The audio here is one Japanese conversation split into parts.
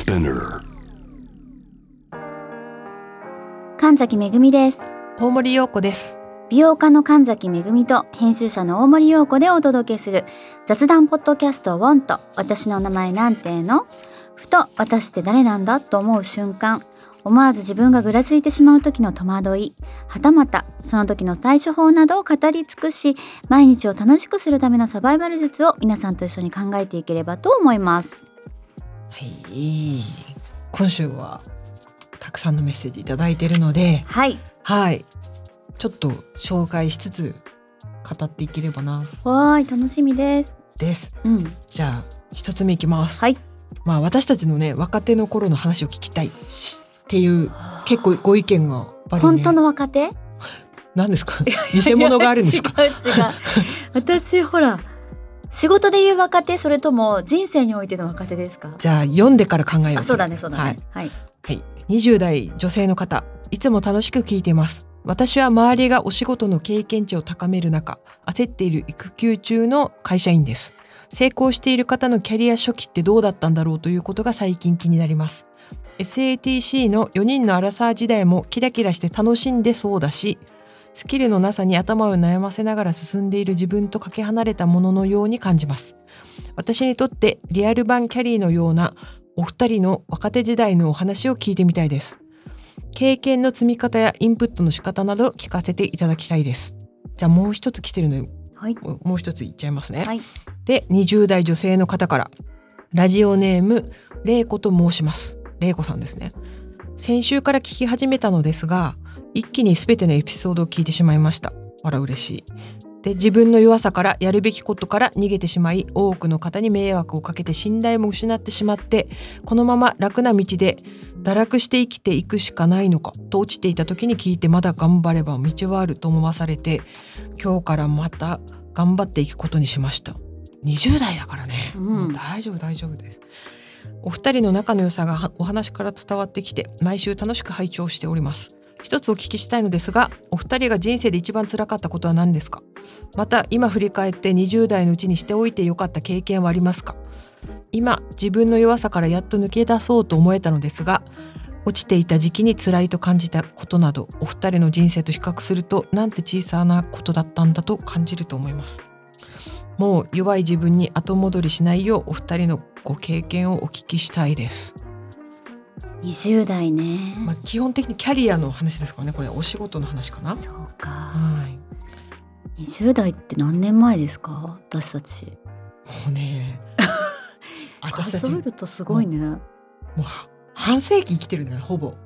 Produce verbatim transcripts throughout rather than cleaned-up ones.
Spinner。 神崎めぐみです。 大森陽子です。 美容家の神崎めぐみと編集者の大森陽子でお届けする雑談ポッドキャストウォンと私の名前なんてのふと私って誰なんだと思う瞬間、思わず自分がぐらついてしまう時の戸惑い、はたまたその時の対処法などを語り尽くし、毎日を楽しくするためのサバイバル術を皆さんと一緒に考えていければと思います。 はい、今週はたくさんのメッセージいただいているので、 はいはいちょっと紹介しつつ語っていければな。 わーい、楽しみですです、 うん、 じゃあ一つ目いきます。 はい。 まあ私たちのね若手の頃の話を聞きたいっていう結構ご意見がやっぱりね。 本当の若手？ 何ですか偽物があるんですか？ 違う違う私ほら仕事で言う若手、それとも人生においての若手ですか？ じゃあ読んでから考えよう。 あ、そうだねそうだね。 はいはい、 はい、にじゅう代女性の方、いつも楽しく聞いています。私は周りがお仕事の経験値を高める中、焦っている育休中の会社員です。成功している方のキャリア初期ってどうだったんだろうということが最近気になります。 エスエーティーシー のよにんのアラサー時代もキラキラして楽しんでそうだし、スキルのなさに頭を悩ませながら進んでいる自分とかけ離れたもののように感じます。私にとってリアル版キャリーのようなお二人の若手時代のお話を聞いてみたいです。経験の積み方やインプットの仕方など聞かせていただきたいです。じゃあもう一つ来てるので、 はい、 もう一つ言っちゃいますね。 はい、 でにじゅう代女性の方から、ラジオネームれいこと申します。れいこさんですね。先週から聞き始めたのですが、一気に全てのエピソードを聞いてしまいました。あら嬉しい。で自分の弱さからやるべきことから逃げてしまい、多くの方に迷惑をかけて信頼も失ってしまって、このまま楽な道で堕落して生きていくしかないのかと落ちていた時に聞いて、まだ頑張れば道はあると思わされて、今日からまた頑張っていくことにしました。にじゅう代だからね、 うん、 もう大丈夫大丈夫です。お二人の仲の良さがお話から伝わってきて、毎週楽しく拝聴しております。一つお聞きしたいのですが、お二人が人生で一番辛かったことは何ですか？また今振り返ってにじゅう代のうちにしておいてよかった経験はありますか？今自分の弱さからやっと抜け出そうと思えたのですが、落ちていた時期に辛いと感じたことなど、お二人の人生と比較するとなんて小さなことだったんだと感じると思います。もう弱い自分に後戻りしないよう、お二人のご経験をお聞きしたいです。 にじゅう代ね、 まあ、基本的にキャリアの話ですからね。これお仕事の話かな。 そうか、 はい、 にじゅう代って何年前ですか？私たちもうね私たち数えるとすごいね。 もう半世紀生きてるんだよ、ほぼ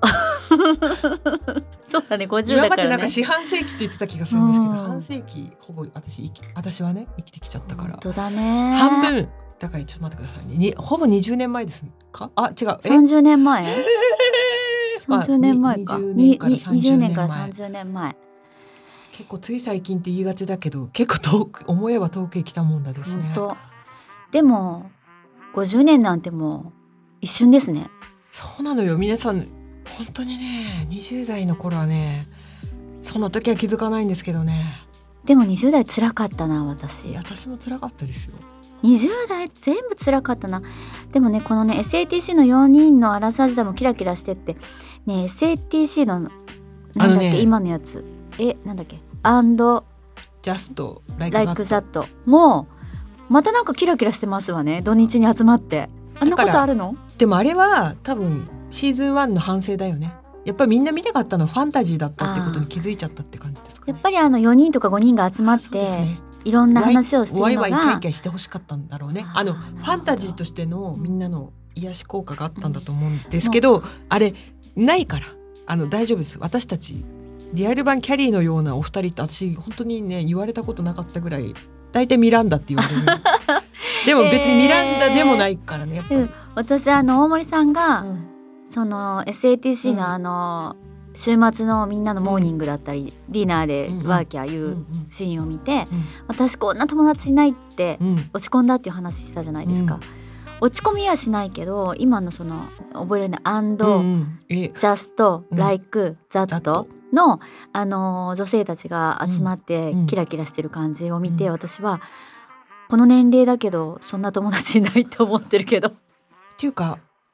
そうだね、ごじゅうだからね。 今までなんか四半世紀って言ってた気がするんですけど、 うん、 半世紀ほぼ私生き私はね生きてきちゃったから。 本当だね。 半分だから、ちょっと待ってくださいね。にほぼにじゅうねんまえですか？あ、違う、えさんじゅうねんまえ、 えー、 さんじゅうねんまえか、 まあ、にじゅうねんからさんじゅうねんまえ。 結構つい最近って言いがちだけど、結構遠く思えば遠くへ来たもんだですね。 本当。でもごじゅうねんなんてもう一瞬ですね。 そうなのよ、皆さん本当にね、にじゅう代の頃はね、その時は気づかないんですけどね。 でもにじゅう代辛かったな、私。 私も辛かったですよ。 にじゅう代全部辛かったな。でもね、このね エスエーティーシー のよにんのアラサー時代もキラキラしてってね、 エスエーティーシー のなんだっけ、ね、今のやつえなんだっけ、アンドジャストライクザットもうまたなんかキラキラしてますわね、土日に集まって。あんなことあるの？ でもあれは多分シーズンワンの反省だよね。やっぱりみんな見たかったのはファンタジーだったってことに気づいちゃったって感じですかね。 やっぱりあのよにんとかごにんが集まって、ね、いろんな話をしてるのがワイワイキャイキャイしてほしかったんだろうね。あのファンタジーとしてのみんなの癒し効果があったんだと思うんですけど、うん、あれないからあの大丈夫です。私たちリアル版キャリーのようなお二人って私本当にね言われたことなかったぐらい、大体ミランダって言われるでも別にミランダでもないからね、やっぱり、うん、 私あの大森さんが、うん、その エスエーティーシー のあの、うん、週末のみんなのモーニングだったり、うん、ディナーでワーキャーいうシーンを見て、うんうん、私こんな友達いないって落ち込んだっていう話してたじゃないですか、うん、落ち込みはしないけど、今のその覚えられないアンド、ジャスト、ライク、ザットの、あの女性たちが集まってキラキラしてる感じを見て、うん、私はこの年齢だけどそんな友達いないと思ってるけど。っていうか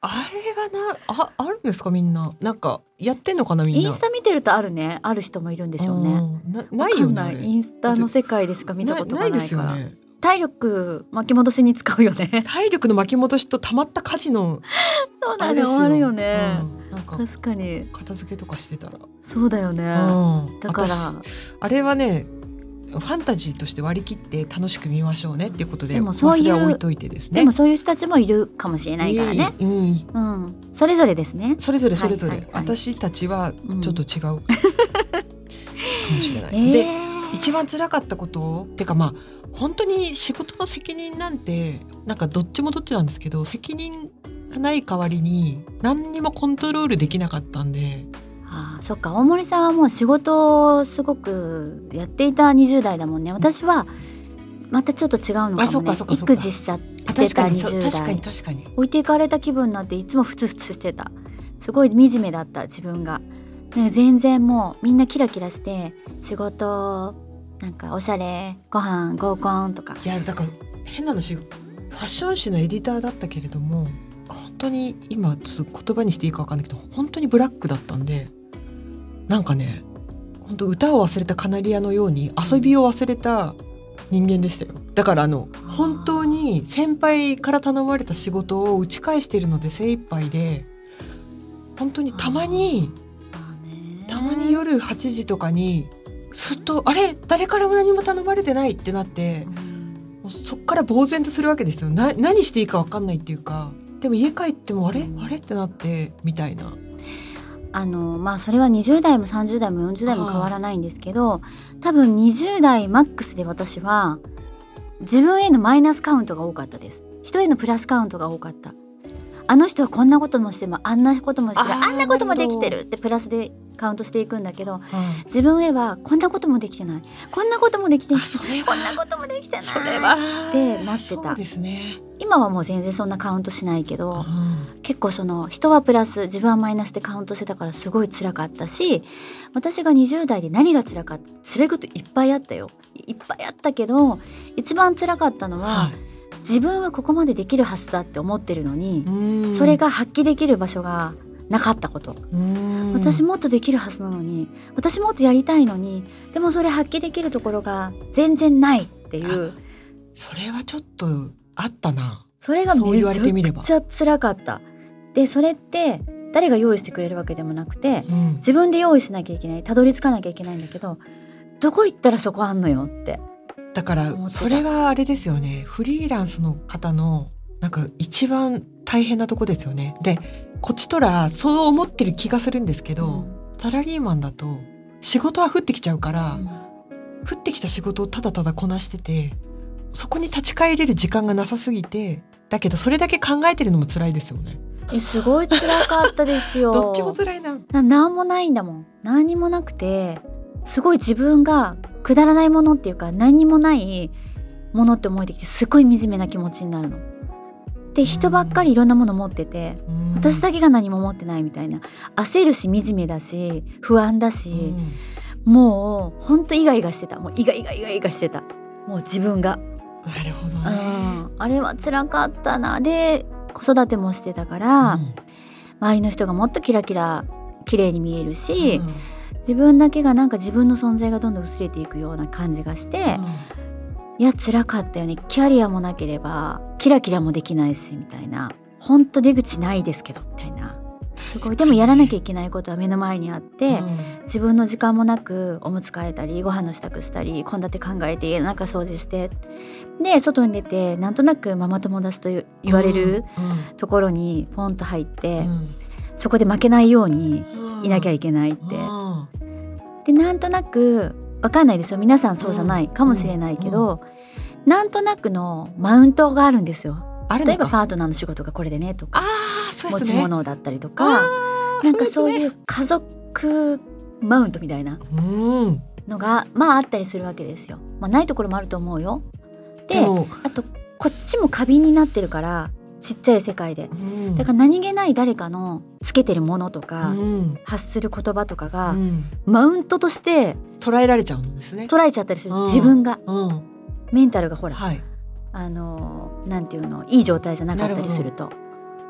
あれはな あ, あるんですかみんななんかやってんのかなみんな。 インスタ見てるとあるね、ある人もいるんでしょうね。 な, ないよねわかんない、インスタの世界でしか見たことがないから。ないですよね。体力巻き戻しに使うよね。 体力の巻き戻しと溜まった家事のそうだね、終わるよね、 うん、なんか確かに片付けとかしてたらそうだよね、うん、だからあれはねファンタジーとして割り切って楽しく見ましょうねっていうことで、 でもそういう、 まあ、それは置いといてですね。 でもそういう人たちもいるかもしれないからね、 うん、 うん、それぞれですね。 それぞれそれぞれ、 はいはいはい、 私たちはちょっと違う、うん、かもしれない、 えー、 で一番辛かったことってかまあ本当に仕事の責任なんてなんかどっちもどっちなんですけど、責任がない代わりに何にもコントロールできなかったんで。 ああ、そっか、大森さんはもう仕事をすごくやっていたにじゅう代だもんね。私はまたちょっと違うのかもね。 あ、そっかそっかそっか、 育児しちゃしてたにじゅう代。 確かに確かに置いていかれた気分になっていつもふつふつしてた。すごい惨めだった自分が、ね、全然もうみんなキラキラして仕事なんかおしゃれご飯合コンとか。 いやだから変な話、ファッション誌のエディターだったけれども本当に今ちょっと言葉にしていいか分かんないけど本当にブラックだったんで、なんかね本当歌を忘れたカナリアのように遊びを忘れた人間でしたよ。だからあの本当に先輩から頼まれた仕事を打ち返しているので精一杯で、本当にたまにたまに夜はちじとかにすっとあれ誰からも何も頼まれてないってなって、もうそっから呆然とするわけですよ。な何していいか分かんないっていうか、でも家帰ってもあれあれってなってみたいな。 あのまあそれはにじゅう代もさんじゅう代もよんじゅう代も変わらないんですけど、多分にじゅう代マックスで私は自分へのマイナスカウントが多かったです。人へのプラスカウントが多かった。あの人はこんなこともしてもあんなこともしてる あ, あんなこともできてるってプラスでカウントしていくんだけど、うん、自分へはこんなこともできてない、こんなこともできてない、こんなこともできてないってなってた。 そうですね。 今はもう全然そんなカウントしないけど、うん、結構その人はプラス自分はマイナスでカウントしてたからすごい辛かったし、私がにじゅう代で何が辛かった、辛いこといっぱいあったよ、いっぱいあったけど一番辛かったのは、はい、自分はここまでできるはずだって思ってるのにそれが発揮できる場所がなかったこと。私もっとできるはずなのに、私もっとやりたいのに、でもそれ発揮できるところが全然ないっていう。 それはちょっとあったな。 それがめちゃくちゃ辛かった。でそれって誰が用意してくれるわけでもなくて、うん、自分で用意しなきゃいけない、たどり着かなきゃいけないんだけど、どこ行ったらそこあんのよって。 だからそれはあれですよね、フリーランスの方のなんか一番大変なとこですよね。でこっちとらそう思ってる気がするんですけど、うん、サラリーマンだと仕事は降ってきちゃうから、うん、降ってきた仕事をただただこなしてて、そこに立ち返れる時間がなさすぎて、だけどそれだけ考えてるのも辛いですよね。 えすごい辛かったですよどっちも辛いな。 ななんもないんだもん。何にもなくて、すごい自分がくだらないものっていうか何にもないものって思えてきて、すごい惨めな気持ちになるの。で人ばっかりいろんなもの持ってて、私だけが何も持ってないみたいな、焦るし惨めだし不安だし、もうほんとイガイガしてた。もうイガイガイガイガしてた、もう自分が。 なるほどね、 うん、あれは辛かったな。で子育てもしてたから、うん、周りの人がもっとキラキラ綺麗に見えるし、うん、自分だけがなんか自分の存在がどんどん薄れていくような感じがして、うん、いや辛かったよね。キャリアもなければキラキラもできないしみたいな、ほんと出口ないですけどみたいな、すごい。でもやらなきゃいけないことは目の前にあって、うん、自分の時間もなくおむつ替えたりご飯の支度したり献立考えて家の中掃除して、で外に出てなんとなくママ友達と言われるところにポンと入って、うん、そこで負けないようにいなきゃいけないって、うん、でなんとなく分かんないでしょ、皆さんそうじゃないかもしれないけど、うん、なんとなくのマウントがあるんですよ。例えばパートナーの仕事がこれでねとか、 そうですね、 持ち物だったりとか、なんかそういう家族マウントみたいなのが、うん、まああったりするわけですよ。まあないところもあると思うよ。で、あとこっちも過敏になってるから、ちっちゃい世界で、うん、だから何気ない誰かのつけてるものとか、うん、発する言葉とかが、うん、マウントとして捉えられちゃうんですね。 捉えちゃったりする、自分が、 うん、 メンタルがほら、 はい、 あのなんていうの、いい状態じゃなかったりすると、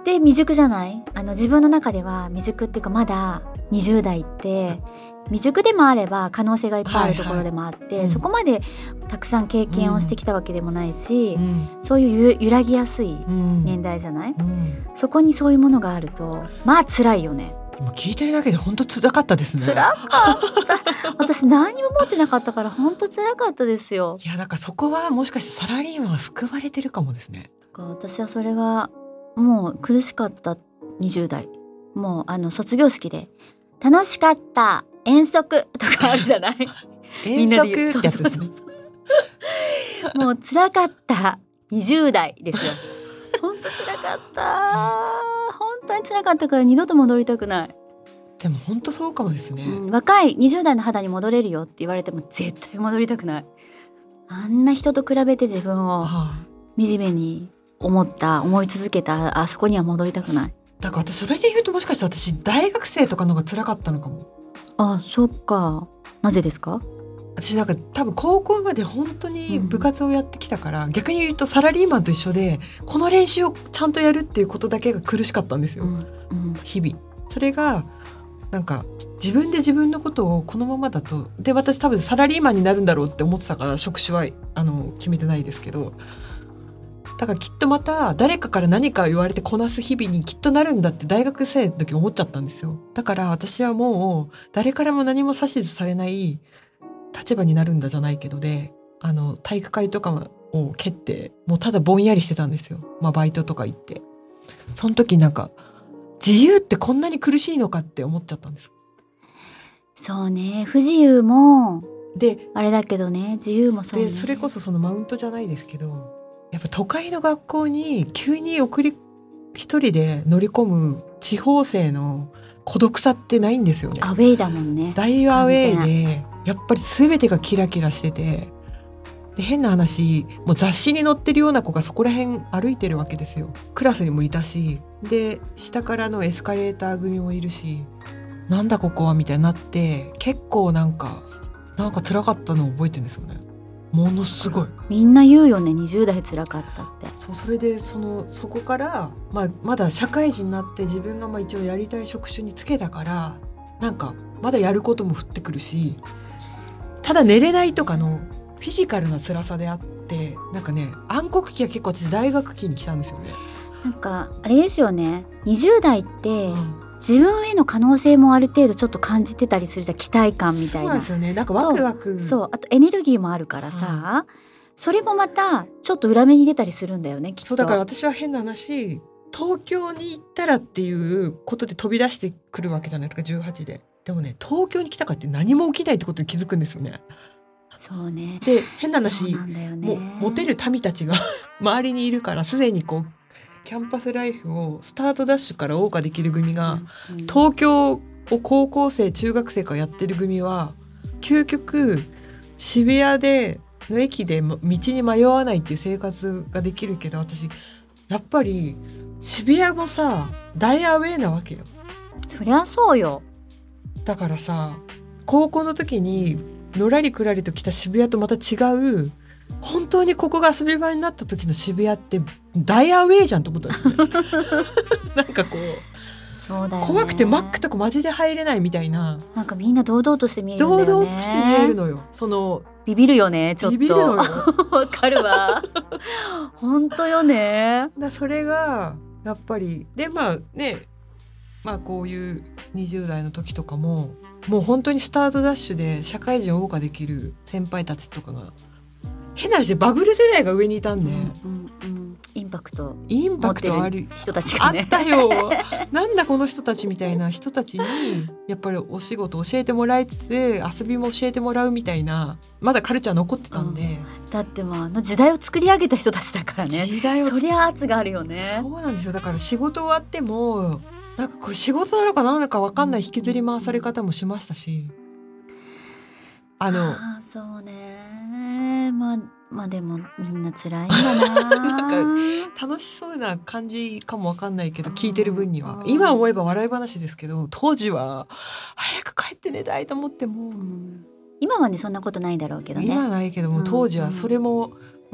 で未熟じゃない？あの自分の中では未熟っていうかまだにじゅう代って未熟でもあれば可能性がいっぱいあるところでもあって、はいはい、そこまでたくさん経験をしてきたわけでもないし、うん、そういう揺らぎやすい年代じゃない、うんうん、そこにそういうものがあるとまあ辛いよね。 もう聞いてるだけで本当辛かったですね。 辛かった私何も持ってなかったから本当辛かったですよ。 いやなんかそこはもしかしてサラリーマンは救われてるかもですね。 私はそれがもう苦しかったにじゅう代、もうあの卒業式で楽しかった遠足とかあるじゃない遠足ってやつですね。 もう辛かったにじゅう代ですよ本当辛かった本当に辛かったから二度と戻りたくない。 でも本当そうかもですね、 うん、若いにじゅう代の肌に戻れるよって言われても絶対戻りたくない。あんな人と比べて自分を惨めに思った思い続けたあそこには戻りたくない。 だから私それで言うともしかして私大学生とかの方が辛かったのかも。 あ、そっか。なぜですか？ 私なんか多分高校まで本当に部活をやってきたから、うん、逆に言うとサラリーマンと一緒でこの練習をちゃんとやるっていうことだけが苦しかったんですよ、うんうん、日々。それがなんか自分で自分のことをこのままだとで私多分サラリーマンになるんだろうって思ってたから職種はあの決めてないですけど、だからきっとまた誰かから何か言われてこなす日々にきっとなるんだって大学生の時思っちゃったんですよ。だから私はもう誰からも何も指図されない立場になるんだじゃないけどで、あの体育会とかを蹴ってもうただぼんやりしてたんですよ。まあバイトとか行ってその時なんか自由ってこんなに苦しいのかって思っちゃったんですよ。 そうね、不自由もであれだけどね、自由もそうね。 でそれこそそのマウントじゃないですけど、やっぱ都会の学校に急に送り一人で乗り込む地方生の孤独さってないんですよね。 アウェイだもんね。 大アウェイでやっぱり全てがキラキラしてて、で変な話もう雑誌に載ってるような子がそこら辺歩いてるわけですよ。クラスにもいたし、で下からのエスカレーター組もいるし、なんだここはみたいになって結構なんかなんか辛かったのを覚えてるんですよね。ものすごいみんな言うよね、にじゅう代辛かったって。 そう、それでそのそこから、まあ、まだ社会人になって自分がまあ一応やりたい職種に就けたからなんかまだやることも降ってくるし、ただ寝れないとかのフィジカルな辛さであって、なんかね暗黒期は結構私大学期に来たんですよね。 なんかあれですよね、にじゅう代って、うん、自分への可能性もある程度ちょっと感じてたりするじゃん、期待感みたいな。 そうなんですよね、なんかワクワク。 そう、あとエネルギーもあるからさ、うん、それもまたちょっと裏目に出たりするんだよね、きっと。 そうだから私は変な話東京に行ったらっていうことで飛び出してくるわけじゃないですか、じゅうはちで。でもね東京に来たからって何も起きないってことに気づくんですよね。 そうね。 で変な話、 そうなんだよね、 もモテる民たちが周りにいるからすでにこうキャンパスライフをスタートダッシュから謳歌できる組が、うんうん、東京を高校生中学生からやってる組は究極渋谷での駅で道に迷わないっていう生活ができるけど、私やっぱり渋谷もさ大アウェーなわけよ。 そりゃそうよ。 だからさ高校の時にのらりくらりと来た渋谷とまた違う、本当にここが遊び場になった時の渋谷って大アウェーじゃんと思ったんですねなんかこう、 そうだよね、 怖くてマックとかマジで入れないみたいな。 なんかみんな堂々として見えるんだよね。 堂々として見えるのよ。そのビビるよね、ちょっとビビるのよわかるわ本当よね。 だそれがやっぱりでまあね、まあこういうにじゅう代の時とかももう本当にスタートダッシュで社会人を謳歌できる先輩たちとかが変な話でバブル世代が上にいたんで、うんうんうん、インパクトインパクトある人たちが、ね、 あったよなんだこの人たちみたいな人たちにやっぱりお仕事教えてもらいつつ遊びも教えてもらうみたいなまだカルチャー残ってたんで、 うん、だってもうあの時代を作り上げた人たちだからね。 時代をそりゃ圧があるよね。 そうなんですよ。だから仕事終わってもなんかこう仕事なのか何なのか分かんない引きずり回され方もしましたし、あのあそうね、まあまあでもみんな辛いんだななんか楽しそうな感じかも分かんないけど聞いてる分には今思えば笑い話ですけど、当時は早く帰って寝たいと思っても、うん、 今はねそんなことないだろうけどね。 今はないけども当時はそれも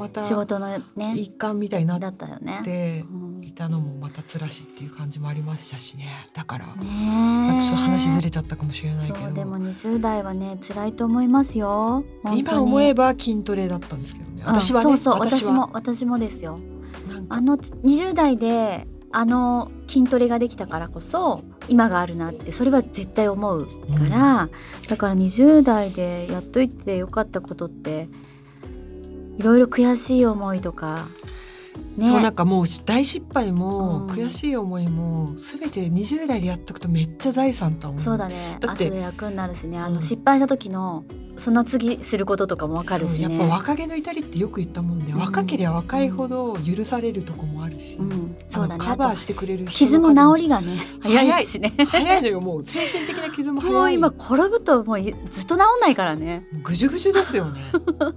また仕事のね一環みたいになっだったよね。 てうんいたのもまた辛しっていう感じもありましたしね。だから、 ねあとちょっと話ずれちゃったかもしれないけど、 そうでもにじゅう代はね辛いと思いますよ。本当に今思えば筋トレだったんですけどね、 うん私はね。 そうそう私は私も私もですよ。 なんかあのにじゅう代であの筋トレができたからこそ今があるなってそれは絶対思うから、うん、だからにじゅう代でやっといてよかったことっていろいろ悔しい思いとか、ね、 そうなんかもう大失敗も悔しい思いも全てにじゅう代でやっとくとめっちゃ財産と思う。 そうだね。 だって後で役になるしね、あの失敗した時のその次することとかも分かるしね。 そうやっぱ若気の至りってよく言ったもんで、うん、若ければ若いほど許されるとこもあるし、うん、そうだね、カバーしてくれる人傷も治りがね早いしね早いのよ。もう精神的な傷も早い。 もう今転ぶともうずっと治んないからね。 ぐじゅぐじゅですよね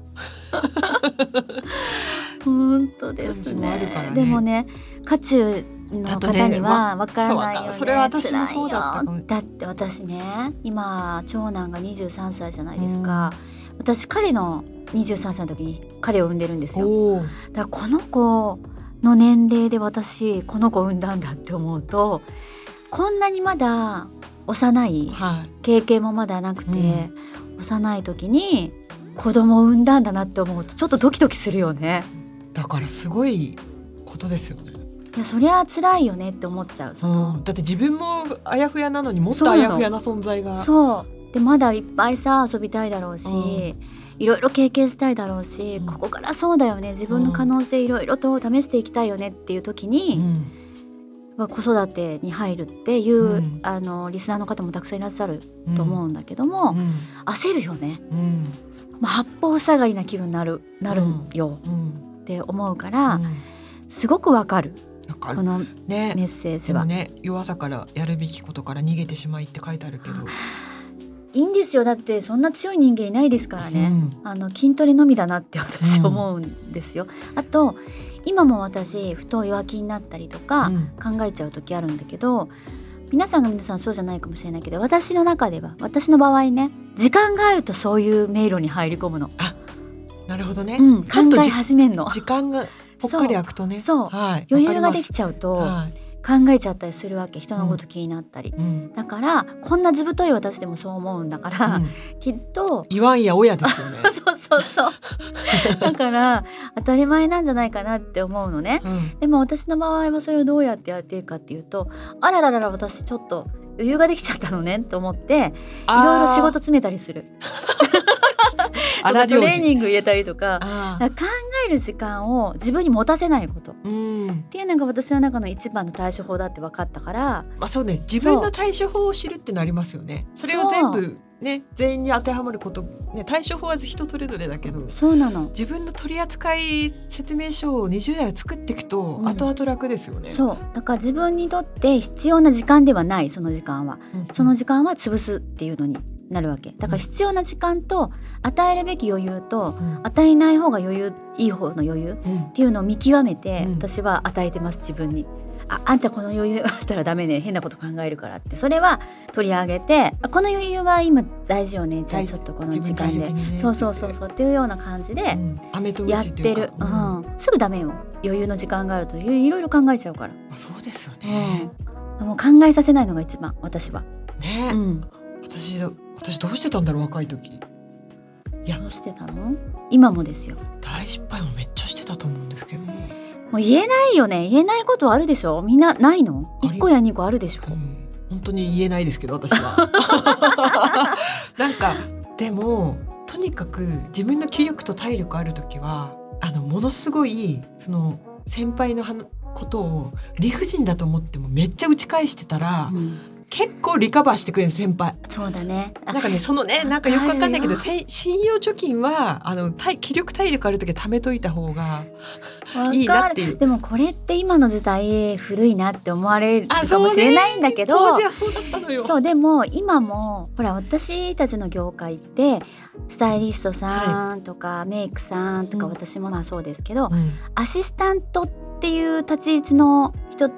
本当です ね, ねでもね渦中の方には分からないよね。 それは私もそうだったかも。 だって私ね今長男がにじゅうさんさいじゃないですか、うん、私彼のにじゅうさんさいの時に彼を産んでるんですよ。だからこの子の年齢で私この子産んだんだって思うとこんなにまだ幼い、はい、経験もまだなくて、うん、幼い時に子供を産んだんだなって思うとちょっとドキドキするよね。 だからすごいことですよね。 いやそりゃ辛いよねって思っちゃう。その、 うん、だって自分もあやふやなのにもっとあやふやな存在が。 そうでまだいっぱいさ遊びたいだろうし、うん、いろいろ経験したいだろうし、うん、ここからそうだよね自分の可能性いろいろと試していきたいよねっていう時に、うん、子育てに入るっていう、うん、あのリスナーの方もたくさんいらっしゃると思うんだけども、うん、焦るよね、うんまあ、八方塞がりな気分になる、なるよ、うん、って思うから、うん、すごくわかる。このメッセージは、 ね、でもね弱さからやるべきことから逃げてしまいって書いてあるけどいいんですよ。だってそんな強い人間いないですからね、うん、あの筋トレのみだなって私思うんですよ、うん、あと今も私ふと弱気になったりとか考えちゃう時あるんだけど、うん、皆さんが皆さんそうじゃないかもしれないけど私の中では私の場合ね時間があるとそういう迷路に入り込むの。 あ、なるほどね、 うん、考え始めんの。 時間がぽっかり空くとね、 そう、はい、余裕ができちゃうと、はい、考えちゃったりするわけ。人のこと気になったり、うん、だからこんなずぶとい私でもそう思うんだから、うん、きっと言わんや親ですよねそうそうそうだから当たり前なんじゃないかなって思うのね、うん、でも私の場合はそれをどうやってやっていくかっていうと、あらららら私ちょっと余裕ができちゃったのねと思っていろいろ仕事詰めたりするとかトレーニング入れたりとか、考える時間を自分に持たせないこと、うん、っていうのが私の中の一番の対処法だって分かったから、 まあ、そうね、自分の対処法を知るってなりますよね。それは全部ね全員に当てはまること、ね、対処法は人それぞれだけど、 そうなの。 自分の取扱説明書をにじゅう代は作っていくと後々楽ですよね、うん、 そうだから自分にとって必要な時間ではない、その時間は、うん、その時間は潰すっていうのになるわけだから、必要な時間と与えるべき余裕と、うん、与えない方が余裕いい方の余裕っていうのを見極めて、うん、私は与えてます自分に。あ, あんたこの余裕あったらダメね、変なこと考えるからって、それは取り上げて、この余裕は今大事よね、じゃあちょっとこの時間で、ね、そうそうそうそうっていうような感じでやってる、うんうん、すぐダメよ。余裕の時間があるといろいろ考えちゃうから。 あ、そうですよね、 うん、もう考えさせないのが一番私はね、うん、私, 私どうしてたんだろう若い時。 いやどうしてたの？今もですよ。 大失敗もめっちゃしてたと思うんですけど、 もう言えないよね。言えないことあるでしょ。みんなないの？いっこやにこあるでしょ、うん、 本当に言えないですけど私はなんかでもとにかく自分の気力と体力ある時はあのものすごいその先輩のことを理不尽だと思ってもめっちゃ打ち返してたら、うん、結構リカバーしてくれる先輩。 そうだね。 なんかねそのねなんかよくわかんないけど信用貯金はあの体気力体力ある時は貯めといた方がいいなっていう。 でもこれって今の時代古いなって思われるかもしれないんだけど、 当時はそうだったのよ。 そうでも今もほら私たちの業界ってスタイリストさんとか、はい、メイクさんとか、うん、私もまあそうですけど、うん、アシスタントっていう立ち位置の人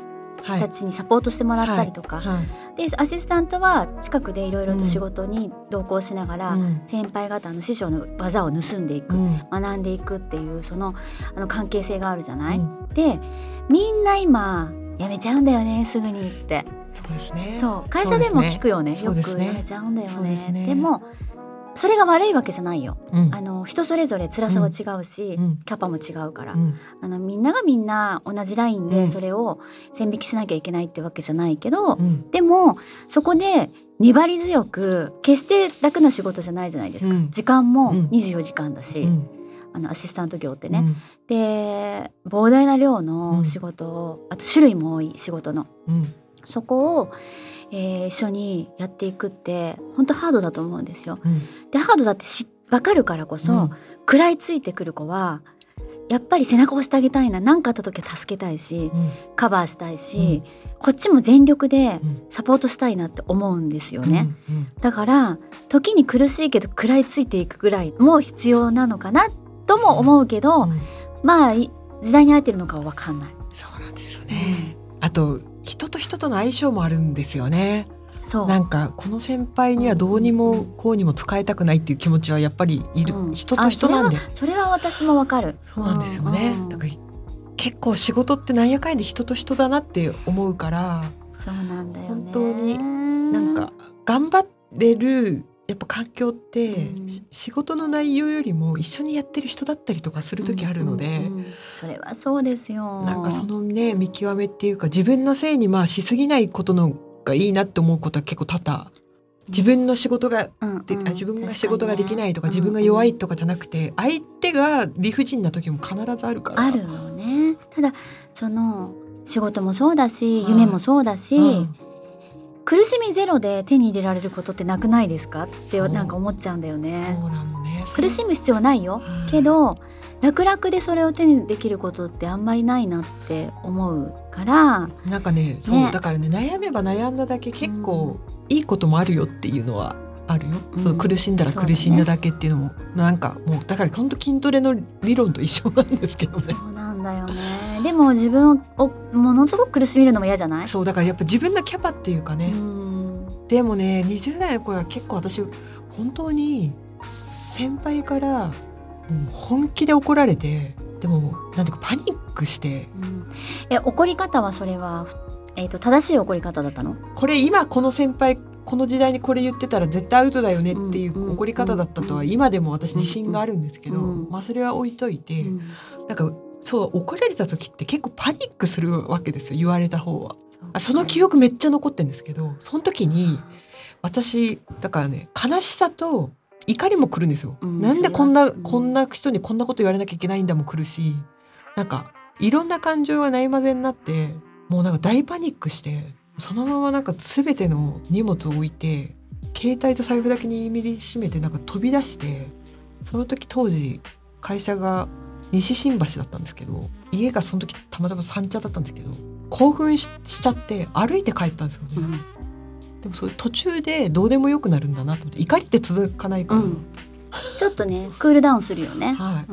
たちにサポートしてもらったりとか、 はいはい、 でアシスタントは近くでいろいろと仕事に同行しながら、うん、先輩方の師匠の技を盗んでいく、うん、学んでいくっていうその、あの関係性があるじゃない、うん、でみんな今辞めちゃうんだよねすぐにって。 そうですね。 そう会社でも聞くよね、よく辞めちゃうんだよ ね, で, ねでもそれが悪いわけじゃないよ、うん、あの人それぞれ辛さは違うし、うん、キャパも違うから、うん、あのみんながみんな同じラインでそれを線引きしなきゃいけないってわけじゃないけど、うん、でもそこで粘り強く決して楽な仕事じゃないじゃないですか、うん、時間もにじゅうよじかんだし、うん、あのアシスタント業ってね、うん、で膨大な量の仕事を、うん、あと種類も多い仕事の、うん、そこをえー、一緒にやっていくって本当ハードだと思うんですよ、うん、でハードだってし分かるからこそ、うん、食らいついてくる子はやっぱり背中を押してあげたいな、何かあった時は助けたいし、うん、カバーしたいし、うん、こっちも全力でサポートしたいなって思うんですよね、うんうん、だから時に苦しいけど食らいついていくぐらいも必要なのかなとも思うけど、うん、まあ時代に合ってるのかは分かんない。 そうなんですよね、うん、あと人と人との相性もあるんですよね。 そうなんかこの先輩にはどうにもこうにも使いたくないっていう気持ちはやっぱりいる、うん、人と人なんで。 それは、それは私もわかる。 そうなんですよね、うん、だから結構仕事ってなんやかんやで人と人だなって思うから、 そうなんだよね、 本当になんか頑張れるやっぱ環境って、うん、仕事の内容よりも一緒にやってる人だったりとかする時あるので、うんうんうん、 それはそうですよ。 なんかそのね見極めっていうか自分のせいにまあしすぎないことのがいいなって思うことは結構多々、自分の仕事が、うんうん、自分が仕事ができないとか、ね、自分が弱いとかじゃなくて、うんうん、相手が理不尽な時も必ずあるから。 あるよね。ただその仕事もそうだし、うん、夢もそうだし、うん、苦しみゼロで手に入れられることってなくないですかってなんか思っちゃうんだよね。 そうなのね。 苦しむ必要ないよ、うん、けど楽々でそれを手にできることってあんまりないなって思うから、 なんかね、そう、ね、だからね悩めば悩んだだけ結構いいこともあるよっていうのはあるよ、うん、その苦しんだら苦しんだだけっていうのも、うん、なんかもうだから本当筋トレの理論と一緒なんですけどね。 そうなんだよね。でも自分をものすごく苦しめるのも嫌じゃない？ そうだからやっぱ自分のキャパっていうかね、うん、でもねにじゅう代の頃は結構私本当に先輩から本気で怒られて、でもなんていうかパニックして、 うん、え怒り方はそれは、えーと、正しい怒り方だったの？ これ今この先輩この時代にこれ言ってたら絶対アウトだよねっていう怒り方だったとは今でも私自信があるんですけど、うんうん、まあそれは置いといて、うん、なんかそう怒られた時って結構パニックするわけですよ、言われた方は。その記憶めっちゃ残ってるんですけど、その時に私だからね悲しさと怒りも来るんですよ、うん、なんでこんな、うん、こんな人にこんなこと言われなきゃいけないんだも来るし、なんかいろんな感情がないまぜになってもうなんか大パニックして、そのままなんか全ての荷物を置いて携帯と財布だけに握りしめてなんか飛び出して、その時当時会社が西新橋だったんですけど、家がその時たまたま三茶だったんですけど、興奮 し, しちゃって歩いて帰ったんですよね、うん、でもそれ途中でどうでもよくなるんだなと思って、怒りって続かないから、うん、 ちょっとねクールダウンするよね、はいうん、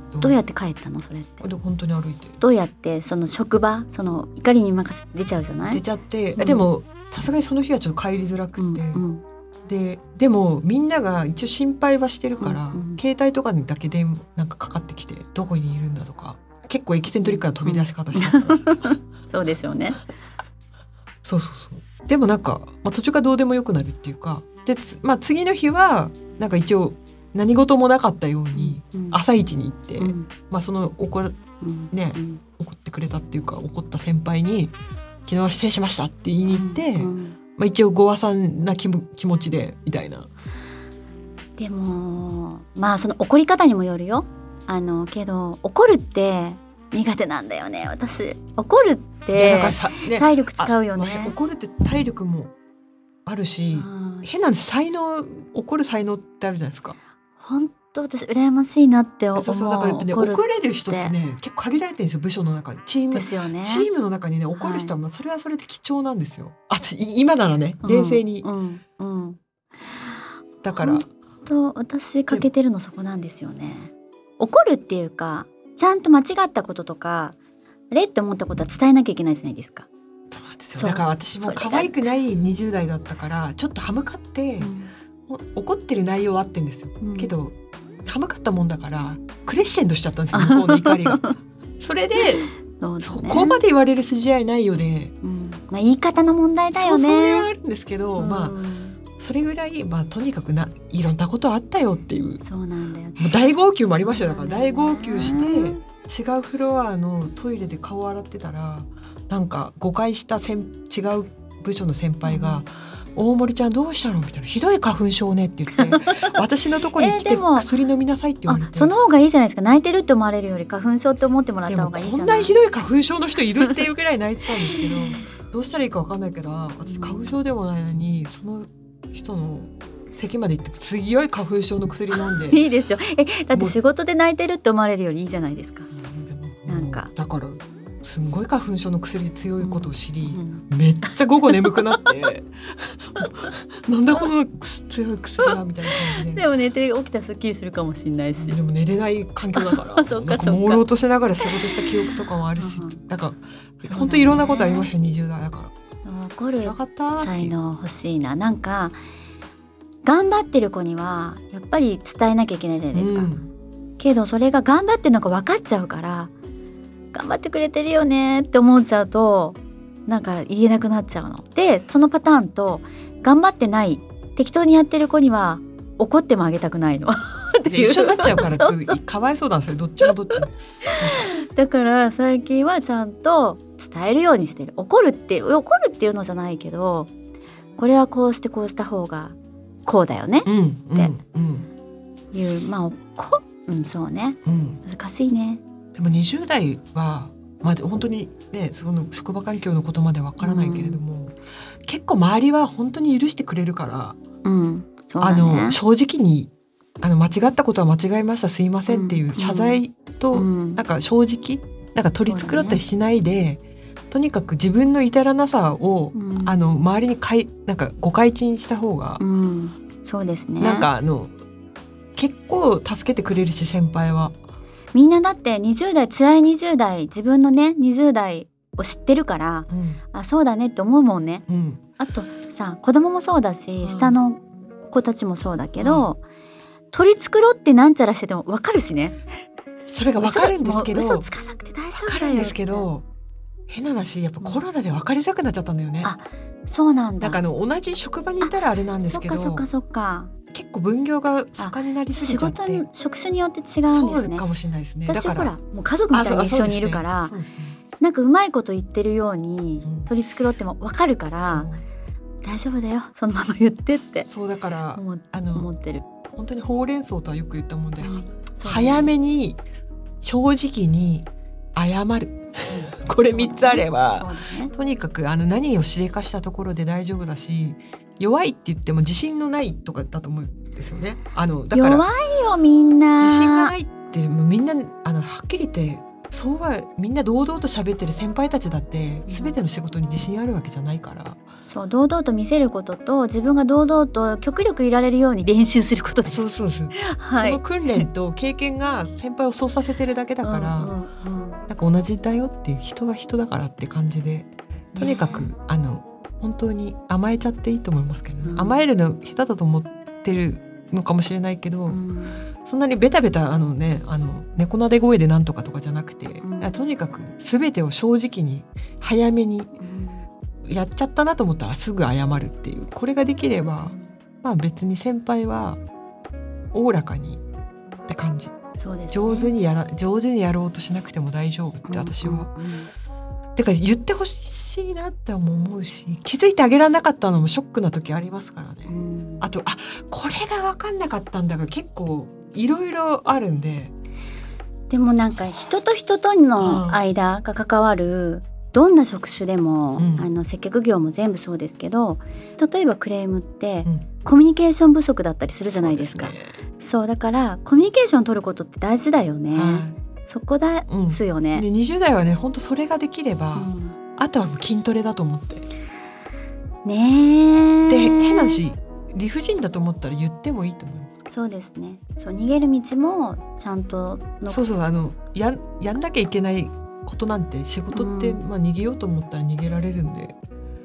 どうやって帰ったのそれって？ で本当に歩いて、 どうやってその職場その怒りに任せて出ちゃうじゃない？ 出ちゃって、うん、でもさすがにその日はちょっと帰りづらくて、うんうん、で, でもみんなが一応心配はしてるから、うんうん、携帯とかにだけでなんかかかってきてどこにいるんだとか、結構エキセントリックな飛び出し方してた、うん、 そうですよね。 そうそうそう。でもなんか、まあ、途中からどうでもよくなるっていうかで、まあ、次の日はなんか一応何事もなかったように朝一に行って、うん、まあ、その怒る、ねうん、怒ってくれたっていうか怒った先輩に昨日は失礼しましたって言いに行って、うんうんまあ、一応ご和算な 気, 気持ちでみたいな。 でもまあその怒り方にもよるよ。あのけど怒るって苦手なんだよね私。怒るって体力使うよね、 まあ、怒るって体力もあるし、うん、変なんです、才能怒る才能ってあるじゃないですか。 本当私羨ましいなって思う。 そうそうだからやっぱね、怒れる人ってね結構限られてるんですよ、部署の中に。チームですよね。チームの中にね怒る人はまあそれはそれで貴重なんですよ、はい、あ今ならね冷静に、うんうんうん、だから本当私欠けてるのそこなんですよね。怒るっていうかちゃんと間違ったこととかあれって思ったことは伝えなきゃいけないじゃないですか。 そうですよ。だから私も可愛くないにじゅう代だったからちょっと歯向かって、うん、怒ってる内容はあってんですよ、うん、けど歯向かったもんだからクレッシェンドしちゃったんですよ向こうの怒りがそれでそう、ね、そこまで言われる筋合いないよね、 うんまあ、言い方の問題だよね。 そうそれはあるんですけど、うん、まあそれぐらい、まあ、とにかくないろんなことあったよっていう。 そうなんだよ、ね、 もう大号泣もありましたよ。だから大号泣して違うフロアのトイレで顔洗ってたらなんか誤解したせん違う部署の先輩が、うん、大森ちゃんどうしたのみたいな、ひどい花粉症ねって言って私のところに来て薬飲みなさいって言われて、 その方がいいじゃないですか。泣いてるって思われるより花粉症って思ってもらった方がいいじゃない。 でもこんなひどい花粉症の人いるっていうぐらい泣いてたんですけどどうしたらいいか分かんないから私花粉症でもないのにその人の席まで行って強い花粉症の薬飲んでいいですよ。えだって仕事で泣いてるって思われるよりいいじゃないですか。 でもなんかだからすんごい花粉症の薬強いことを知り、うん、めっちゃ午後眠くなってなんだこの強い薬はみたいな感じででも寝て起きたらすっきりするかもしれないし、 でも寝れない環境だからそっかなんか朦朧としながら仕事した記憶とかもあるし、なんか本当にいろんなことありましたよ、にじゅう代だから。 怒る才能欲しいな。なんか頑張ってる子にはやっぱり伝えなきゃいけないじゃないですか、うん、けどそれが頑張ってるのが分かっちゃうから頑張ってくれてるよねって思っちゃうとなんか言えなくなっちゃうので、そのパターンと頑張ってない適当にやってる子には怒ってもあげたくないの一緒になっちゃうからかわいそうなんですよ、どっちもどっちもだから最近はちゃんと伝えるようにしてる。怒るって怒るっていうのじゃないけどこれはこうしてこうした方がこうだよね、うん、っていう、うん、まあこ、うん、そうね、うん、難しいね。 でもにじゅう代は、まあ、本当にねその職場環境のことまでわからないけれども、うん、結構周りは本当に許してくれるから、うんそうだね、あの正直にあの間違ったことは間違えましたすいませんっていう謝罪と、うん、なんか正直なんか取り繕ったりしないで、ね、とにかく自分の至らなさを、うん、あの周りにかいなんか誤解賃した方が、うん、 そうですね。 なんかあの結構助けてくれるし先輩はみんなだってにじゅう代辛いにじゅう代自分のねにじゅう代を知ってるから、うん、あそうだねって思うもんね、うん、あとさ子供もそうだし、うん、下の子たちもそうだけど、うん、取り繕ってなんちゃらしてても分かるしね。 それが分かるんですけど嘘つかなくて大丈夫だよ。分かるんですけど変な話やっぱコロナで分かりづらくなっちゃったんだよね、うん、 あそうなんだ。 なんかあの同じ職場にいたらあれなんですけどそっかそっかそっか結構分業が盛んになりすぎちゃって仕事の職種によって違うんですね。 そうかもしれないですね。 私はほらもう家族みたいに一緒にいるから、ねね、なんかうまいこと言ってるように、うん、取り繕っても分かるから大丈夫だよそのまま言ってってそうだから思あの思ってる。 本当にほうれん草とはよく言ったもんで、うんね、早めに正直に謝る、うん、これみっつあれば、ね、とにかくあの何をしでかしたところで大丈夫だし弱いって言っても自信のないとかだと思うんですよね。あのだから弱いよみんな自信がないってもうみんなあのはっきり言ってそうはみんな堂々と喋ってる先輩たちだって全ての仕事に自信あるわけじゃないから、 そう堂々と見せることと自分が堂々と極力いられるように練習することです。 そうそうそう、はい、その訓練と経験が先輩をそうさせてるだけだから、うんうんうん、なんか同じだよっていう人は人だからって感じでとにかく、ね、あの本当に甘えちゃっていいと思いますけど、ねうん、甘えるの下手だと思ってるのかもしれないけど、うん、そんなにベタベタあのねあの猫なで声でなんとかとかじゃなくて、うん、とにかく全てを正直に早めにやっちゃったなと思ったらすぐ謝るっていうこれができれば、まあ別に先輩はおおらかにって感じ。そうですね、上手にやら上手にやろうとしなくても大丈夫って私は、うんうんうん、てか言ってほしいなって思うし気づいてあげられなかったのもショックな時ありますからね、うん、あとあこれが分かんなかったんだが結構いろいろあるんで。 でもなんか人と人との間が関わるどんな職種でも、うん、あの接客業も全部そうですけど例えばクレームって、うん、コミュニケーション不足だったりするじゃないですか。そうですね。そうだからコミュニケーション取ることって大事だよね、はい、そこですよね、 うん、でにじゅう代はね本当それができれば、うん、あとは筋トレだと思ってね。 で変なし理不尽だと思ったら言ってもいいと思います。 そうですね。そう逃げる道もちゃんとのそうそうあの や, やんなきゃいけないことなんて仕事って、うんまあ、逃げようと思ったら逃げられるんで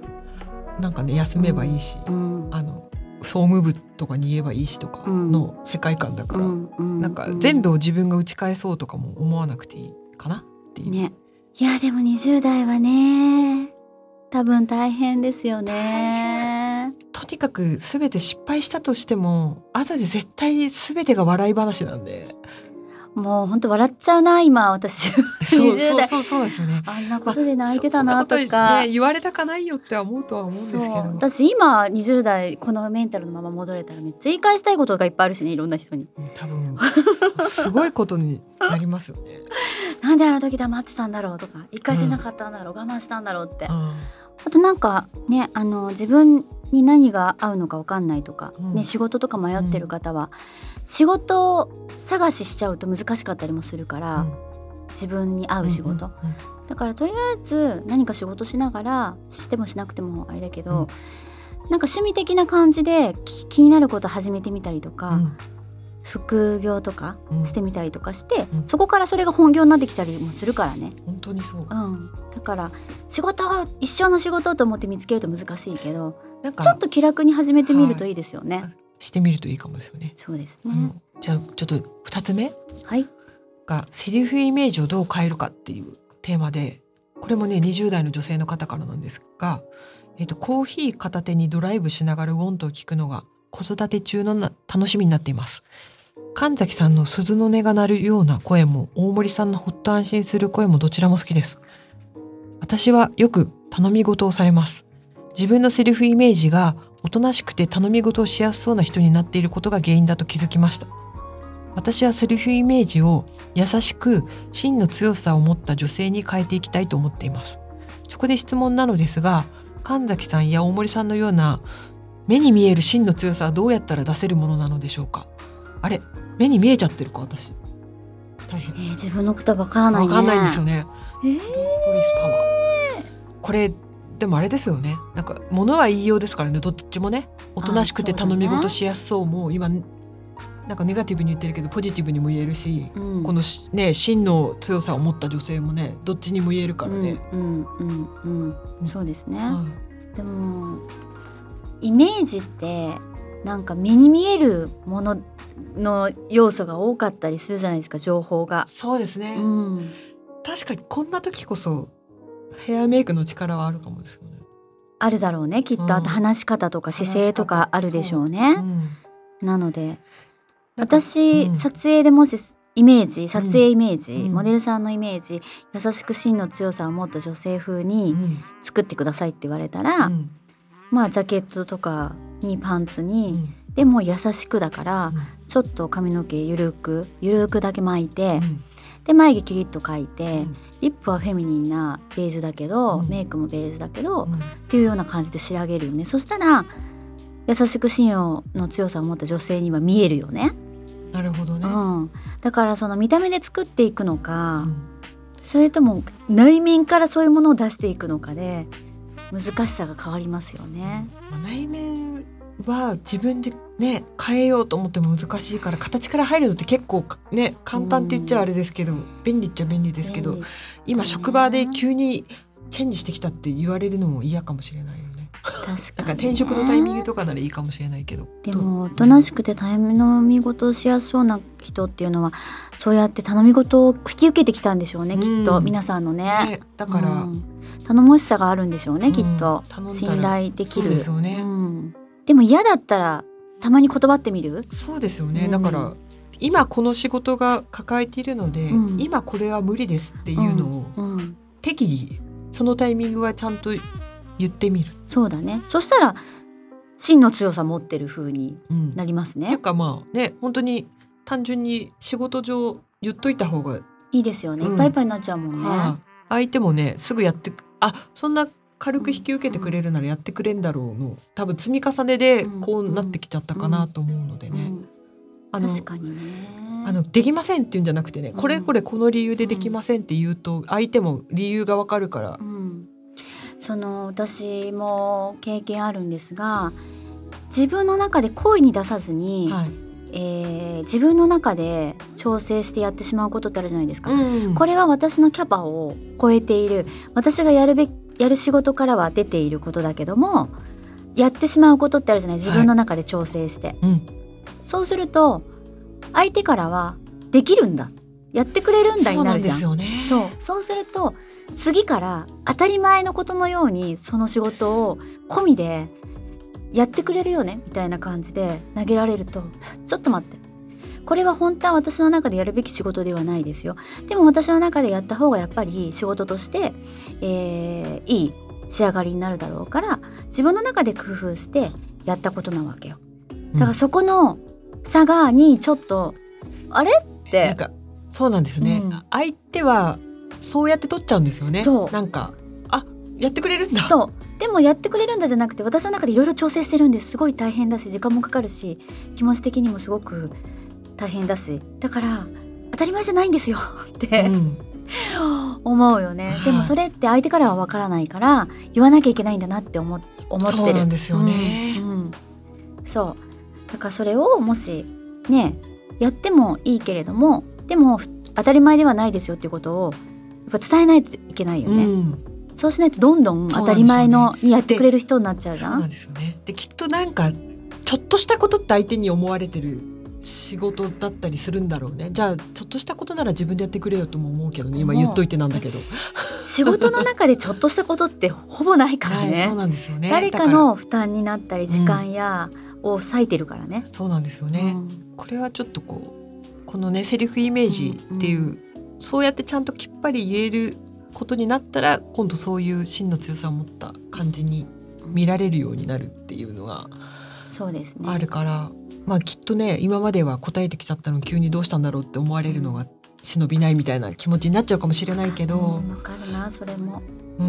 なんかね休めばいいし、 うんうん、 あの総務部とかに言えばいいしとかの世界観だから、 うんうん、 なんか全部を自分が打ち返そうとかも思わなくていいかなっていう、 ね、いやでもにじゅう代はね多分大変ですよね。 とにかく全て失敗したとしても後で絶対に全てが笑い話なんで、 もう本当笑っちゃうな今私そうにじゅう代そうそうそうですよね。 あんなことで泣いてたなとか、 まあ、そ, そんなこと、ね、言われたかないよっては思うとは思うんですけど、 私今にじゅう代このメンタルのまま戻れたらめっちゃ言い返したいことがいっぱいあるしね、いろんな人に。 多分すごいことになりますよねなんであの時黙ってたんだろうとか、言い返せなかったんだろう、うん、我慢したんだろうって、 うん、 あとなんかね、あの自分に何が合うのか分かんないとか、うんね、仕事とか迷ってる方は、うん、仕事探ししちゃうと難しかったりもするから、うん、自分に合う仕事、うんうんうん、だからとりあえず何か仕事しながら、してもしなくてもあれだけど、うん、なんか趣味的な感じで気になること始めてみたりとか、うん、副業とかしてみたりとかして、うん、そこからそれが本業になってきたりもするからね。 本当にそう、 うん、だから仕事一生の仕事と思って見つけると難しいけど、なんかちょっと気楽に始めてみるといいですよね。 してみるといいかもですよね。 そうですね、 うん、じゃあちょっとふたつめ、 はい、 がセリフイメージをどう変えるかっていうテーマで、これもねにじゅう代の女性の方からなんですが、えーと、コーヒー片手にドライブしながらウォンと聞くのが子育て中のな楽しみになっています。神崎さんの鈴の音が鳴るような声も大森さんのほっと安心する声もどちらも好きです。私はよく頼み事をされます。自分のセリフイメージがおとなしくて頼み事をしやすそうな人になっていることが原因だと気づきました。私はセリフイメージを優しく芯の強さを持った女性に変えていきたいと思っています。そこで質問なのですが、神崎さんや大森さんのような目に見える芯の強さはどうやったら出せるものなのでしょうか。あれ、目に見えちゃってるか私。大変、 えー、自分のことは分からないね。 分かんないんですよね、 えー、 ポリスパワー。これでもあれですよね、なんか物は言いようですからね、どっちもね。おとなしくて頼み事しやすそうも、今なんかネガティブに言ってるけどポジティブにも言えるし、うん、このね芯の強さを持った女性もねどっちにも言えるからね。 うんうんうんうん、そうですね、はい、でもイメージってなんか目に見えるものの要素が多かったりするじゃないですか、情報が。 そうですね、 うん、 確かにこんな時こそヘアメイクの力はあるかもですよね。 あるだろうねきっと、うん、あと話し方とか姿勢とかあるでしょうね、うん、なので私、うん、撮影でもしイメージ撮影イメージ、うん、モデルさんのイメージ、優しく芯の強さを持った女性風に作ってくださいって言われたら、うん、まあジャケットとかにパンツに、うん、でも優しくだから、うん、ちょっと髪の毛ゆるくゆるくだけ巻いて、うん、で眉毛キリッと描いて、うん、リップはフェミニンなベージュだけど、うん、メイクもベージュだけど、うん、っていうような感じで仕上げるよね。そしたら優しく芯の強さを持った女性には見えるよね。 なるほどね、 うん、だからその見た目で作っていくのか、うん、それとも内面からそういうものを出していくのかで難しさが変わりますよね、 まあ、内面は自分でね変えようと思っても難しいから、形から入るのって結構ね簡単って言っちゃあれですけど、うん、便利っちゃ便利ですけど、今職場で急にチェンジしてきたって言われるのも嫌かもしれないよね。 確かにね、 なんか転職のタイミングとかならいいかもしれないけど、 でもおとなしくて頼み事をしやすそうな人っていうのはそうやって頼み事を引き受けてきたんでしょうね、うん、きっと皆さんの ね, ねだから、うん、頼もしさがあるんでしょうね、うん、きっと信頼できる。 そうですよね、うん、 でも嫌だったらたまに断ってみる。 そうですよね、うん、だから今この仕事が抱えているので、うん、今これは無理ですっていうのを、うんうん、適宜そのタイミングはちゃんと言ってみる。 そうだね。そしたら芯の強さ持ってる風になりますね、うん、 っていうかまあね本当に単純に仕事上言っといた方がいいですよね、うん、いっぱいいっぱいになっちゃうもんね、はあ、 相手もねすぐやってあそんな軽く引き受けてくれるならやってくれんだろうの多分積み重ねでこうなってきちゃったかなと思うのでね、うんうん、 あの確かにねあのできませんって言うんじゃなくてね、これこれこの理由でできませんって言うと相手も理由がわかるから、うん、 その私も経験あるんですが、自分の中で声に出さずに、はいえー、自分の中で調整してやってしまうことってあるじゃないですか、うん、これは私のキャパを超えている、私がやるべきやる仕事からは出ていることだけどもやってしまうことってあるじゃない、自分の中で調整して、はい、うん、そうすると相手からはできるんだ、やってくれるんだになるじゃん。 そうなんですよね。 そう、そうすると次から当たり前のことのようにその仕事を込みでやってくれるよねみたいな感じで投げられると、ちょっと待って、これは本当は私の中でやるべき仕事ではないですよ、でも私の中でやった方がやっぱり仕事として、えー、いい仕上がりになるだろうから、自分の中で工夫してやったことなわけよ。だからそこの差がにちょっと、うん、あれってなんかそうなんですよね、うん、相手はそうやって取っちゃうんですよね。そうなんかあやってくれるんだ、 そうでもやってくれるんだじゃなくて、私の中でいろいろ調整してるんです、すごい大変だし時間もかかるし気持ち的にもすごく大変だし、だから当たり前じゃないんですよって、うん、思うよね。でもそれって相手からはわからないから言わなきゃいけないんだなって思って思ってる。 そうなんですよね、 うんうん、そうだからそれをもしねやってもいいけれども、でも当たり前ではないですよっていうことをやっぱ伝えないといけないよね、うん、そうしないとどんどん当たり前のにやってくれる人になっちゃうじゃん。 そうなんですよね。できっとなんかちょっとしたことって相手に思われてる仕事だったりするんだろうね。じゃあちょっとしたことなら自分でやってくれよとも思うけどね、今言っといてなんだけど仕事の中でちょっとしたことってほぼないからね、 はい、そうなんですよね。 誰かの負担になったり時間や、うん、を割いてるからね。 そうなんですよね、うん、これはちょっとこうこのねセリフイメージっていう、うんうん、そうやってちゃんときっぱり言えることになったら今度そういう芯の強さを持った感じに見られるようになるっていうのがあるから、まあきっとね今までは答えてきちゃったの急にどうしたんだろうって思われるのが忍びないみたいな気持ちになっちゃうかもしれないけど、 わ、うん、かるなそれも、 うん、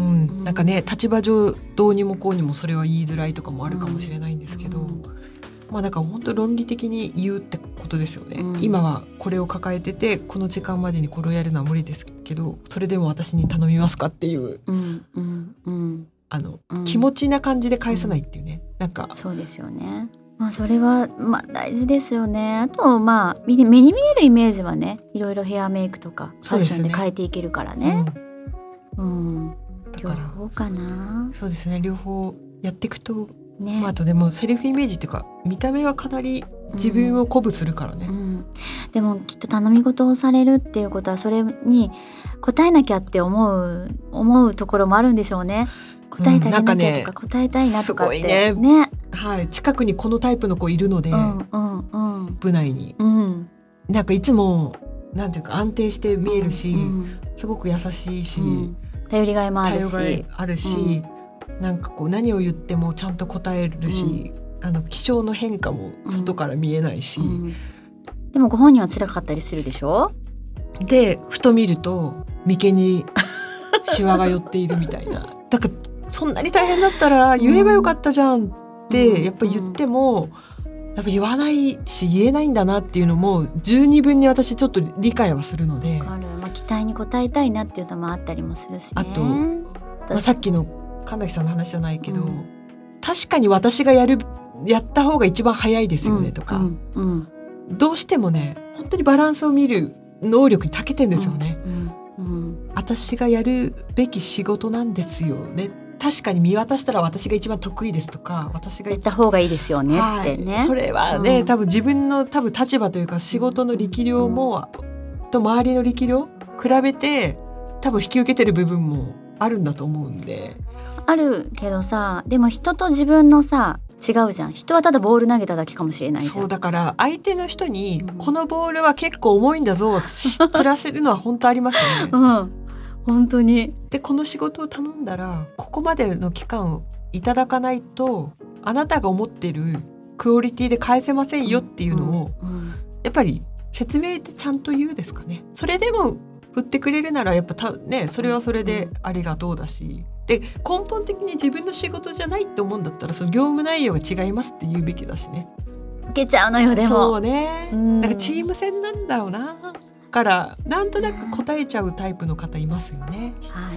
なんかね立場上どうにもこうにもそれは言いづらいとかもあるかもしれないんですけど、うん、まあなんか本当論理的に言うってことですよね、うん、今はこれを抱えててこの時間までにこれをやるのは無理ですけどそれでも私に頼みますかっていう、うんうんうん、あの、うん、気持ちな感じで返さないっていうね、うん、なんかそうですよね。まあ、それはまあ大事ですよね。あとまあ目に見えるイメージはねいろいろヘアメイクとかファッションで変えていけるからね。うん、うん、だから両方かな。 そうですね両方やっていくと、ねまあ、あとでもセルフイメージっていうか見た目はかなり自分を鼓舞するからね、うんうん、 でもきっと頼み事をされるっていうことはそれに応えなきゃって思う思うところもあるんでしょうね。答えてあげなきゃとか、答えたいなとかって、 すごいね、ね、はい、近くにこのタイプの子いるので、うんうんうん、部内に、うん、なんかいつもなんていうか安定して見えるし、うんうん、すごく優しいし、うん、 頼りがいもあるし、 頼りがいあるし、うん、なんかこう何を言ってもちゃんと答えるし、うん、あの気象の変化も外から見えないし、うんうん、 でもご本人は辛かったりするでしょ。 でふと見ると眉間にシワが寄っているみたいなだからそんなに大変だったら言えばよかったじゃんってやっぱ言ってもやっぱ言わないし言えないんだなっていうのも十二分に私ちょっと理解はするので、 ある、まあ、期待に応えたいなっていうのもあったりもするしね。 あと、まあ、さっきの神崎さんの話じゃないけど、うん、確かに私がやるやった方が一番早いですよねとか、うんうんうん、どうしてもね本当にバランスを見る能力に長けてんですよね、うんうんうん、私がやるべき仕事なんですよね。確かに見渡したら私が一番得意ですとか私がやった方がいいですよねってね、 はい、それはね、うん、多分自分の多分立場というか仕事の力量も、うん、と周りの力量比べて多分引き受けてる部分もあるんだと思うんで。 あるけどさでも人と自分のさ違うじゃん。人はただボール投げただけかもしれないじゃん。 そうだから相手の人に、うん、このボールは結構重いんだぞ知らせるのは本当ありますよね、うん本当に。 でこの仕事を頼んだらここまでの期間をいただかないとあなたが思ってるクオリティで返せませんよっていうのを、うんうん、やっぱり説明でちゃんと言うですかね。それでも振ってくれるならやっぱた、ね、それはそれでありがとうだし、で根本的に自分の仕事じゃないって思うんだったらその業務内容が違いますって言うべきだしね。 受けちゃうのよでも。 そうね、うん、なんかチーム戦なんだろうなからなんとなく答えちゃうタイプの方いますよね、はい、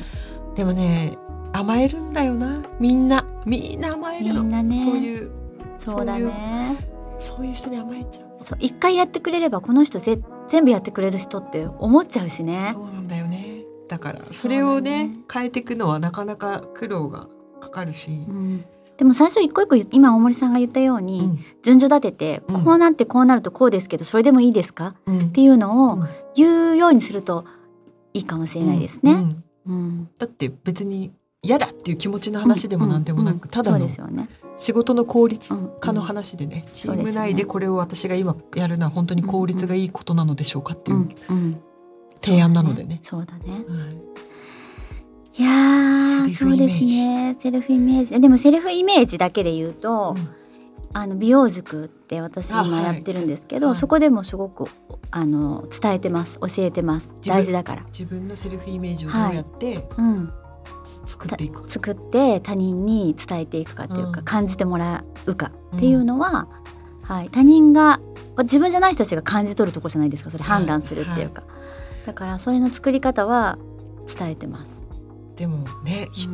でもね甘えるんだよなみんなみんな甘えるのみんな、ね、そういうそうだねそういう人に甘えちゃう。 そう一回やってくれればこの人ぜ全部やってくれる人って思っちゃうしね。 そうなんだよね。だからそれをね変えていくのはなかなか苦労がかかるし、うん、 でも最初一個一個今大森さんが言ったように、うん、順序立てて、うん、こうなってこうなるとこうですけどそれでもいいですか、うん、っていうのを言うようにするといいかもしれないですね、うんうん、だって別に嫌だっていう気持ちの話でもなんでもなく、うんうん、ただの仕事の効率化の話でね、うんうん、チーム内でこれを私が今やるのは本当に効率がいいことなのでしょうかっていう提案なのでね。 そうだね、そうだね、はい、いやーそうですね、セルフイメージ。でもセルフイメージだけで言うと、うん、あの美容塾って私今やってるんですけど、はい、そこでもすごくあの伝えてます、教えてます。大事だから自分のセルフイメージをどうやって、はい、うん作っていく作って他人に伝えていくかっていうか、うん、感じてもらうかっていうのは、うんはい、他人が自分じゃない人たちが感じ取るところじゃないですか、それ判断するっていうか、はいはい、だからそれの作り方は伝えてます。 でもね、うん、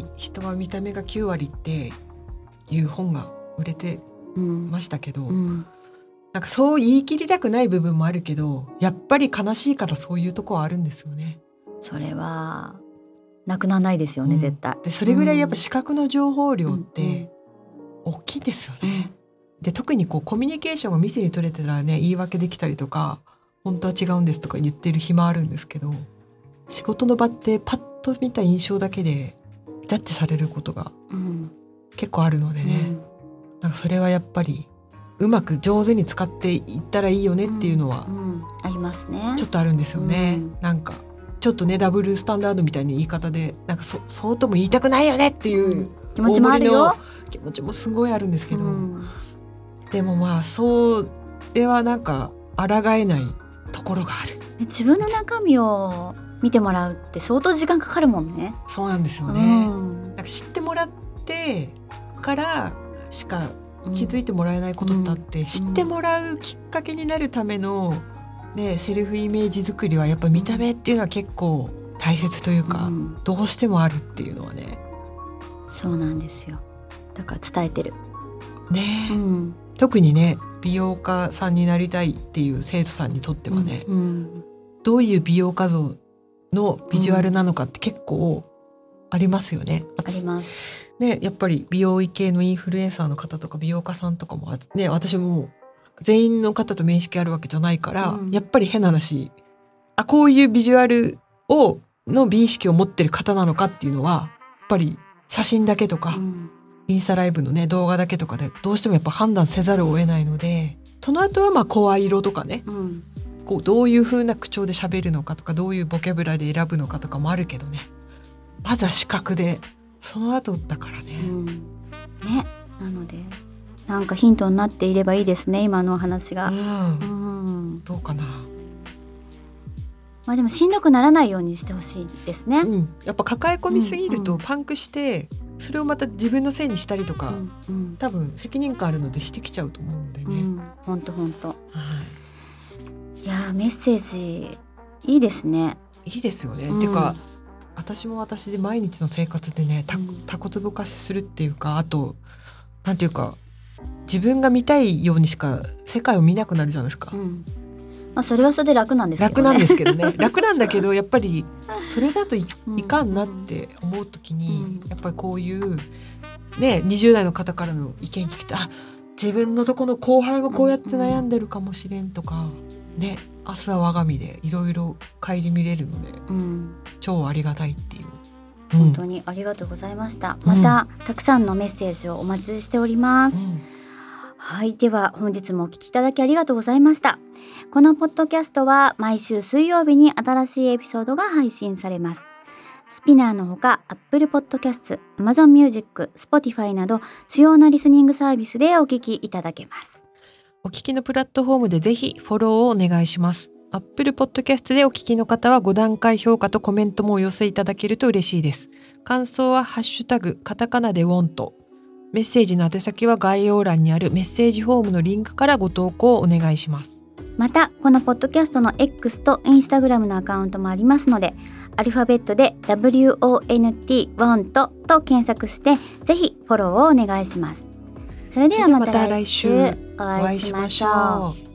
人は見た目がきゅうわりっていう本が売れてましたけど、うんうん、なんかそう言い切りたくない部分もあるけどやっぱり悲しいからそういうとこはあるんですよね。 それはなくならないですよね、うん、絶対。 でそれぐらいやっぱ視覚の情報量って大きいですよね、うん、で特にこうコミュニケーションが密に取れてたらね言い訳できたりとか本当は違うんですとか言ってる暇あるんですけど、仕事の場ってパッと見た印象だけでジャッジされることが結構あるのでね、うん、なんかそれはやっぱりうまく上手に使っていったらいいよねっていうのは、うんうん、 ありますね。 ちょっとあるんですよね、うん、なんかちょっとねダブルスタンダードみたいな言い方でなんか そ, そうとも言いたくないよねっていう、うん、 気持ちもあるよ。 気持ちもすごいあるんですけど、うん、でもまあそれはなんか抗えないところがある。 自分の中身を見てもらうって相当時間かかるもんね。 そうなんですよね、うん、なんか知ってもらってからしか気づいてもらえないことってあって、うん、知ってもらうきっかけになるためのね、セルフイメージ作りはやっぱ見た目っていうのは結構大切というか、うん、どうしてもあるっていうのはね。 そうなんですよ。だから伝えてるね、うん、特にね美容家さんになりたいっていう生徒さんにとってはね、うんうん、どういう美容家像のビジュアルなのかって結構ありますよね、 うん、ありますね。やっぱり美容系のインフルエンサーの方とか美容家さんとかもね、私も全員の方と面識あるわけじゃないから、うん、やっぱり変な話、あこういうビジュアルをの美意識を持ってる方なのかっていうのはやっぱり写真だけとか、うん、インスタライブのね動画だけとかでどうしてもやっぱ判断せざるを得ないので、その後はまあ声色とかね、うん、こうどういう風な口調で喋るのかとかどういうボキャブラリー選ぶのかとかもあるけどね、まずは視覚でその後だからね、うん、 ね、なのでなんかヒントになっていればいいですね今の話が、うんうん、どうかな。 まあでもしんどくならないようにしてほしいですね、 うん、やっぱ抱え込みすぎるとパンクして、うんうん、それをまた自分のせいにしたりとか、うんうん、多分責任感あるのでしてきちゃうと思うんでね、うん、 ほんとほんと、はい、いやメッセージいいですね。 いいですよね、うん、てか私も私で毎日の生活でねたタコツボ化するっていうか、あとなんていうか自分が見たいようにしか世界を見なくなるじゃないですか、うん、 まあ、それはそれで楽なんですけどね。 楽なんですけどね楽なんだけどやっぱりそれだと い,、うん、いかんなって思うときに、うん、やっぱりこういうねにじゅう代の方からの意見聞くと、あ自分のとこの後輩もこうやって悩んでるかもしれんとか、うん、ね明日は我が身でいろいろ顧みれるので、うん、超ありがたいっていう、 うん、本当にありがとうございました、うん、またたくさんのメッセージをお待ちしております、うん、はい、では本日もお聞きいただきありがとうございました。このポッドキャストは毎週水曜日に新しいエピソードが配信されます。スピナーのほか Apple Podcast、Amazon Music、Spotify など主要なリスニングサービスでお聞きいただけます。 お聞きのプラットフォームでぜひフォローをお願いします。Apple Podcast でお聞きの方はご段階評価とコメントもお寄せいただけると嬉しいです。感想はハッシュタグカタカナでウォント、メッセージの宛先は概要欄にあるメッセージフォームのリンクからご投稿をお願いします。 またこのポッドキャストの X と Instagram のアカウントもありますので、アルファベットで ダブリューオーエヌティー ワントと検索してぜひフォローをお願いします。それではまた来週お会いしましょう。